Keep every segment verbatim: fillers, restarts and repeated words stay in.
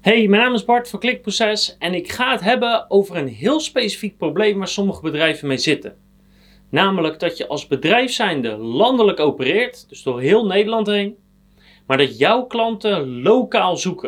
Hey, mijn naam is Bart van Klikproces en ik ga het hebben over een heel specifiek probleem waar sommige bedrijven mee zitten. Namelijk dat je als bedrijf zijnde landelijk opereert, dus door heel Nederland heen, maar dat jouw klanten lokaal zoeken.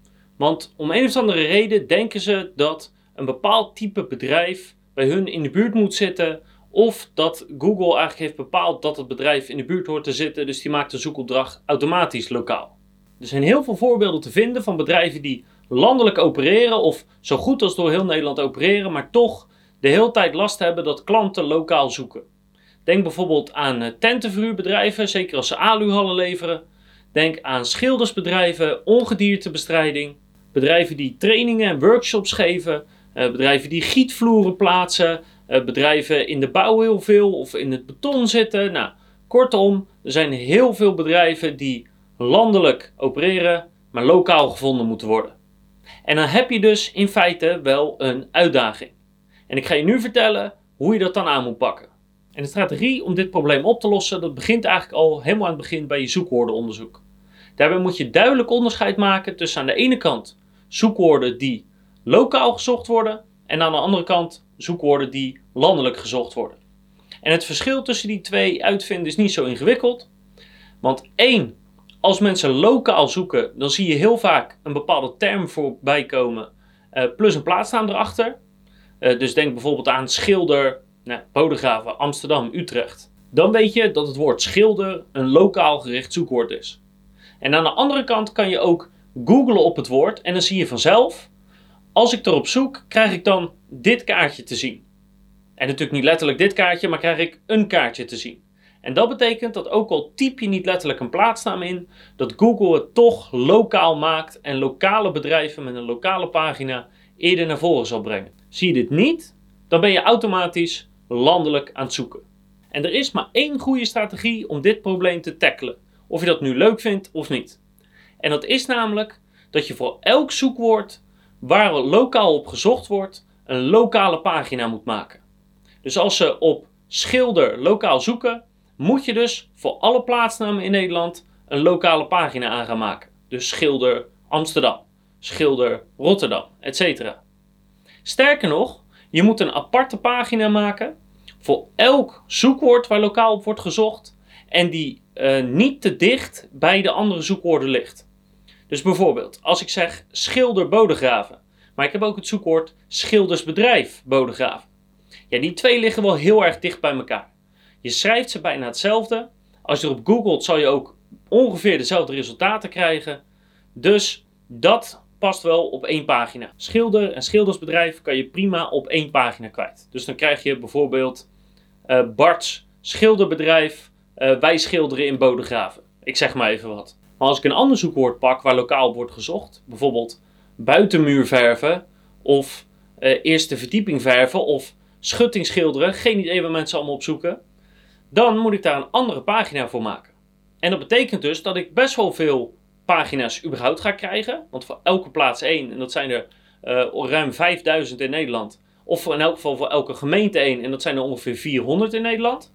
Want om een of andere reden denken ze dat een bepaald type bedrijf bij hun in de buurt moet zitten, of dat Google eigenlijk heeft bepaald dat het bedrijf in de buurt hoort te zitten, dus die maakt de zoekopdracht automatisch lokaal. Er zijn heel veel voorbeelden te vinden van bedrijven die landelijk opereren of zo goed als door heel Nederland opereren, maar toch de hele tijd last hebben dat klanten lokaal zoeken. Denk bijvoorbeeld aan tentenverhuurbedrijven, zeker als ze aluhallen leveren. Denk aan schildersbedrijven, ongediertebestrijding, bedrijven die trainingen en workshops geven, bedrijven die gietvloeren plaatsen, bedrijven in de bouw heel veel of in het beton zitten. Nou, kortom, er zijn heel veel bedrijven die landelijk opereren, maar lokaal gevonden moeten worden. En dan heb je dus in feite wel een uitdaging. En ik ga je nu vertellen hoe je dat dan aan moet pakken. En de strategie om dit probleem op te lossen, dat begint eigenlijk al helemaal aan het begin bij je zoekwoordenonderzoek. Daarbij moet je duidelijk onderscheid maken tussen aan de ene kant zoekwoorden die lokaal gezocht worden en aan de andere kant zoekwoorden die landelijk gezocht worden. En het verschil tussen die twee uitvinden is niet zo ingewikkeld. Want één, als mensen lokaal zoeken, dan zie je heel vaak een bepaalde term voorbij komen, uh, plus een plaatsnaam erachter. Uh, dus denk bijvoorbeeld aan schilder, nou, Bodegraven, Amsterdam, Utrecht. Dan weet je dat het woord schilder een lokaal gericht zoekwoord is. En aan de andere kant kan je ook googlen op het woord en dan zie je vanzelf, als ik erop zoek, krijg ik dan dit kaartje te zien. En natuurlijk niet letterlijk dit kaartje, maar krijg ik een kaartje te zien. En dat betekent dat ook al typ je niet letterlijk een plaatsnaam in, dat Google het toch lokaal maakt en lokale bedrijven met een lokale pagina eerder naar voren zal brengen. Zie je dit niet, dan ben je automatisch landelijk aan het zoeken. En er is maar één goede strategie om dit probleem te tackelen, of je dat nu leuk vindt of niet. En dat is namelijk dat je voor elk zoekwoord waar lokaal op gezocht wordt, een lokale pagina moet maken. Dus als ze op schilder lokaal zoeken, moet je dus voor alle plaatsnamen in Nederland een lokale pagina aan gaan maken. Dus schilder Amsterdam, schilder Rotterdam, et cetera. Sterker nog, je moet een aparte pagina maken voor elk zoekwoord waar lokaal op wordt gezocht en die uh, niet te dicht bij de andere zoekwoorden ligt. Dus bijvoorbeeld, als ik zeg schilder Bodegraven, maar ik heb ook het zoekwoord schildersbedrijf Bodegraven. Ja, die twee liggen wel heel erg dicht bij elkaar. Je schrijft ze bijna hetzelfde. Als je erop googelt zal je ook ongeveer dezelfde resultaten krijgen. Dus dat past wel op één pagina. Schilder en schildersbedrijf kan je prima op één pagina kwijt. Dus dan krijg je bijvoorbeeld uh, Bart's schilderbedrijf, uh, wij schilderen in Bodegraven. Ik zeg maar even wat. Maar als ik een ander zoekwoord pak waar lokaal op wordt gezocht, bijvoorbeeld buitenmuur verven of uh, eerste verdieping verven of schutting schilderen, geen idee waar mensen allemaal op zoeken, dan moet ik daar een andere pagina voor maken. En dat betekent dus dat ik best wel veel pagina's überhaupt ga krijgen, want voor elke plaats één, en dat zijn er uh, ruim vijfduizend in Nederland, of in elk geval voor elke gemeente één, en dat zijn er ongeveer vierhonderd in Nederland.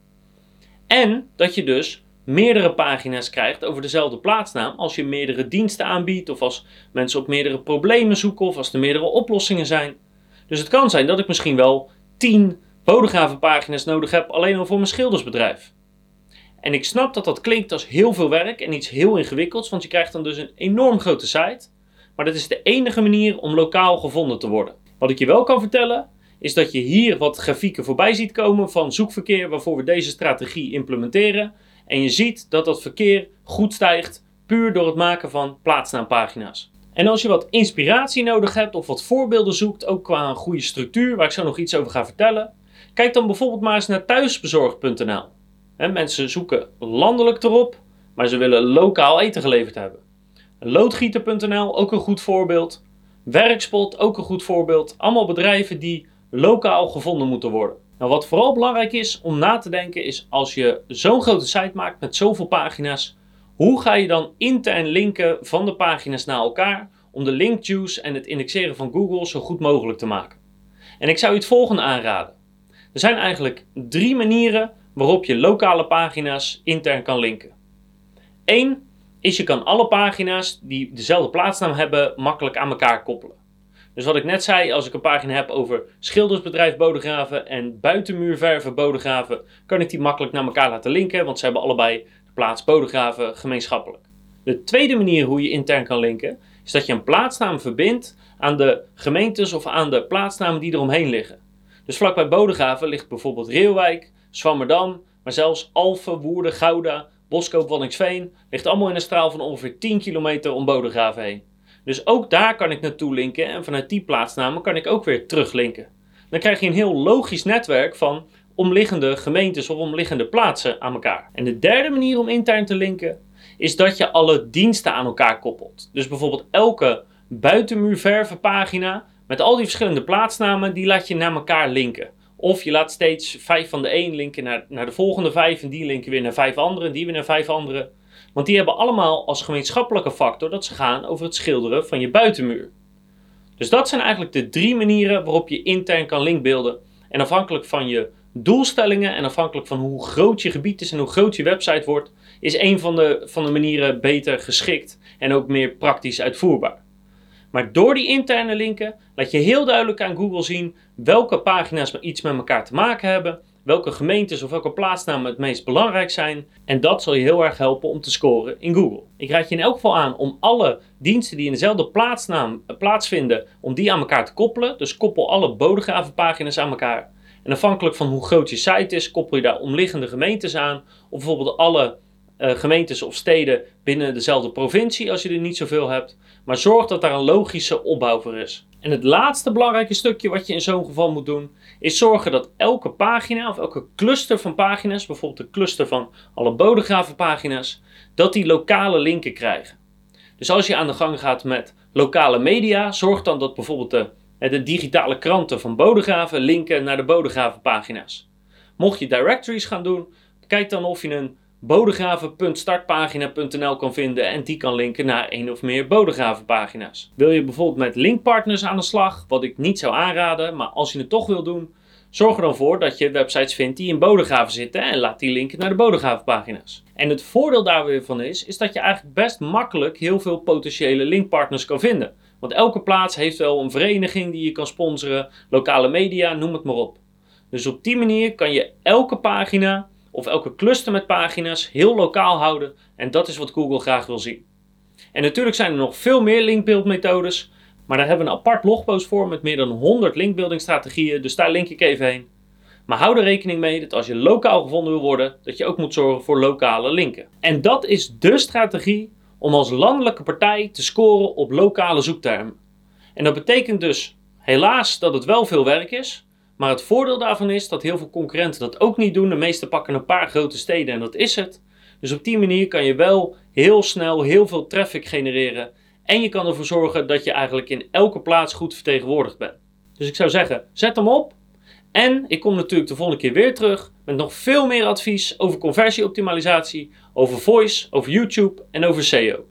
En dat je dus meerdere pagina's krijgt over dezelfde plaatsnaam als je meerdere diensten aanbiedt, of als mensen op meerdere problemen zoeken, of als er meerdere oplossingen zijn. Dus het kan zijn dat ik misschien wel tien Bodegravenpagina's nodig heb alleen al voor mijn schildersbedrijf. En ik snap dat dat klinkt als heel veel werk en iets heel ingewikkelds, want je krijgt dan dus een enorm grote site. Maar dat is de enige manier om lokaal gevonden te worden. Wat ik je wel kan vertellen, is dat je hier wat grafieken voorbij ziet komen van zoekverkeer waarvoor we deze strategie implementeren. En je ziet dat dat verkeer goed stijgt, puur door het maken van plaatsnaampagina's. En als je wat inspiratie nodig hebt of wat voorbeelden zoekt, ook qua een goede structuur, waar ik zo nog iets over ga vertellen, kijk dan bijvoorbeeld maar eens naar thuisbezorgd punt n l. He, mensen zoeken landelijk erop, maar ze willen lokaal eten geleverd hebben. loodgieter punt n l, ook een goed voorbeeld. Werkspot, ook een goed voorbeeld. Allemaal bedrijven die lokaal gevonden moeten worden. Nou, wat vooral belangrijk is om na te denken is, als je zo'n grote site maakt met zoveel pagina's, hoe ga je dan intern linken van de pagina's naar elkaar om de link juice en het indexeren van Google zo goed mogelijk te maken? En ik zou je het volgende aanraden. Er zijn eigenlijk drie manieren waarop je lokale pagina's intern kan linken. Eén is je kan alle pagina's die dezelfde plaatsnaam hebben makkelijk aan elkaar koppelen. Dus wat ik net zei, als ik een pagina heb over schildersbedrijf Bodegraven en buitenmuurverven Bodegraven, kan ik die makkelijk naar elkaar laten linken, want ze hebben allebei de plaats Bodegraven gemeenschappelijk. De tweede manier hoe je intern kan linken, is dat je een plaatsnaam verbindt aan de gemeentes of aan de plaatsnamen die eromheen liggen. Dus vlakbij Bodegraven ligt bijvoorbeeld Reeuwijk, Zwammerdam, maar zelfs Alphen, Woerden, Gouda, Boskoop, Waddinxveen ligt allemaal in een straal van ongeveer tien kilometer om Bodegraven heen. Dus ook daar kan ik naartoe linken en vanuit die plaatsnamen kan ik ook weer teruglinken. Dan krijg je een heel logisch netwerk van omliggende gemeentes of omliggende plaatsen aan elkaar. En de derde manier om intern te linken is dat je alle diensten aan elkaar koppelt. Dus bijvoorbeeld elke buitenmuurvervenpagina met al die verschillende plaatsnamen, die laat je naar elkaar linken. Of je laat steeds vijf van de een linken naar, naar de volgende vijf en die linken weer naar vijf anderen, die weer naar vijf anderen. Want die hebben allemaal als gemeenschappelijke factor dat ze gaan over het schilderen van je buitenmuur. Dus dat zijn eigenlijk de drie manieren waarop je intern kan linkbeelden. En afhankelijk van je doelstellingen en afhankelijk van hoe groot je gebied is en hoe groot je website wordt, is een van de, van de manieren beter geschikt en ook meer praktisch uitvoerbaar. Maar door die interne linken laat je heel duidelijk aan Google zien welke pagina's iets met elkaar te maken hebben, welke gemeentes of welke plaatsnamen het meest belangrijk zijn. En dat zal je heel erg helpen om te scoren in Google. Ik raad je in elk geval aan om alle diensten die in dezelfde plaatsnaam plaatsvinden, om die aan elkaar te koppelen. Dus koppel alle Bodegravenpagina's aan elkaar. En afhankelijk van hoe groot je site is, koppel je daar omliggende gemeentes aan. Of bijvoorbeeld alle uh, gemeentes of steden binnen dezelfde provincie als je er niet zoveel hebt. Maar zorg dat daar een logische opbouw voor is. En het laatste belangrijke stukje wat je in zo'n geval moet doen, is zorgen dat elke pagina of elke cluster van pagina's, bijvoorbeeld de cluster van alle Bodegravenpagina's, dat die lokale linken krijgen. Dus als je aan de gang gaat met lokale media, zorg dan dat bijvoorbeeld de, de digitale kranten van Bodegraven linken naar de Bodegravenpagina's. Mocht je directories gaan doen, kijk dan of je een bodegraven punt startpagina punt n l kan vinden en die kan linken naar één of meer Bodegravenpagina's. Wil je bijvoorbeeld met linkpartners aan de slag, wat ik niet zou aanraden, maar als je het toch wil doen, zorg er dan voor dat je websites vindt die in Bodegraven zitten en laat die linken naar de Bodegravenpagina's. En het voordeel daar weer van is, is dat je eigenlijk best makkelijk heel veel potentiële linkpartners kan vinden. Want elke plaats heeft wel een vereniging die je kan sponsoren, lokale media, noem het maar op. Dus op die manier kan je elke pagina of elke cluster met pagina's heel lokaal houden en dat is wat Google graag wil zien. En natuurlijk zijn er nog veel meer linkbeeldmethodes, maar daar hebben we een apart blogpost voor met meer dan honderd linkbuildingstrategieën, dus daar link ik even heen. Maar hou er rekening mee dat als je lokaal gevonden wil worden, dat je ook moet zorgen voor lokale linken. En dat is dé strategie om als landelijke partij te scoren op lokale zoektermen. En dat betekent dus helaas dat het wel veel werk is, maar het voordeel daarvan is dat heel veel concurrenten dat ook niet doen. De meeste pakken een paar grote steden en dat is het. Dus op die manier kan je wel heel snel heel veel traffic genereren. En je kan ervoor zorgen dat je eigenlijk in elke plaats goed vertegenwoordigd bent. Dus ik zou zeggen, zet hem op. En ik kom natuurlijk de volgende keer weer terug met nog veel meer advies over conversieoptimalisatie, over voice, over YouTube en over S E O.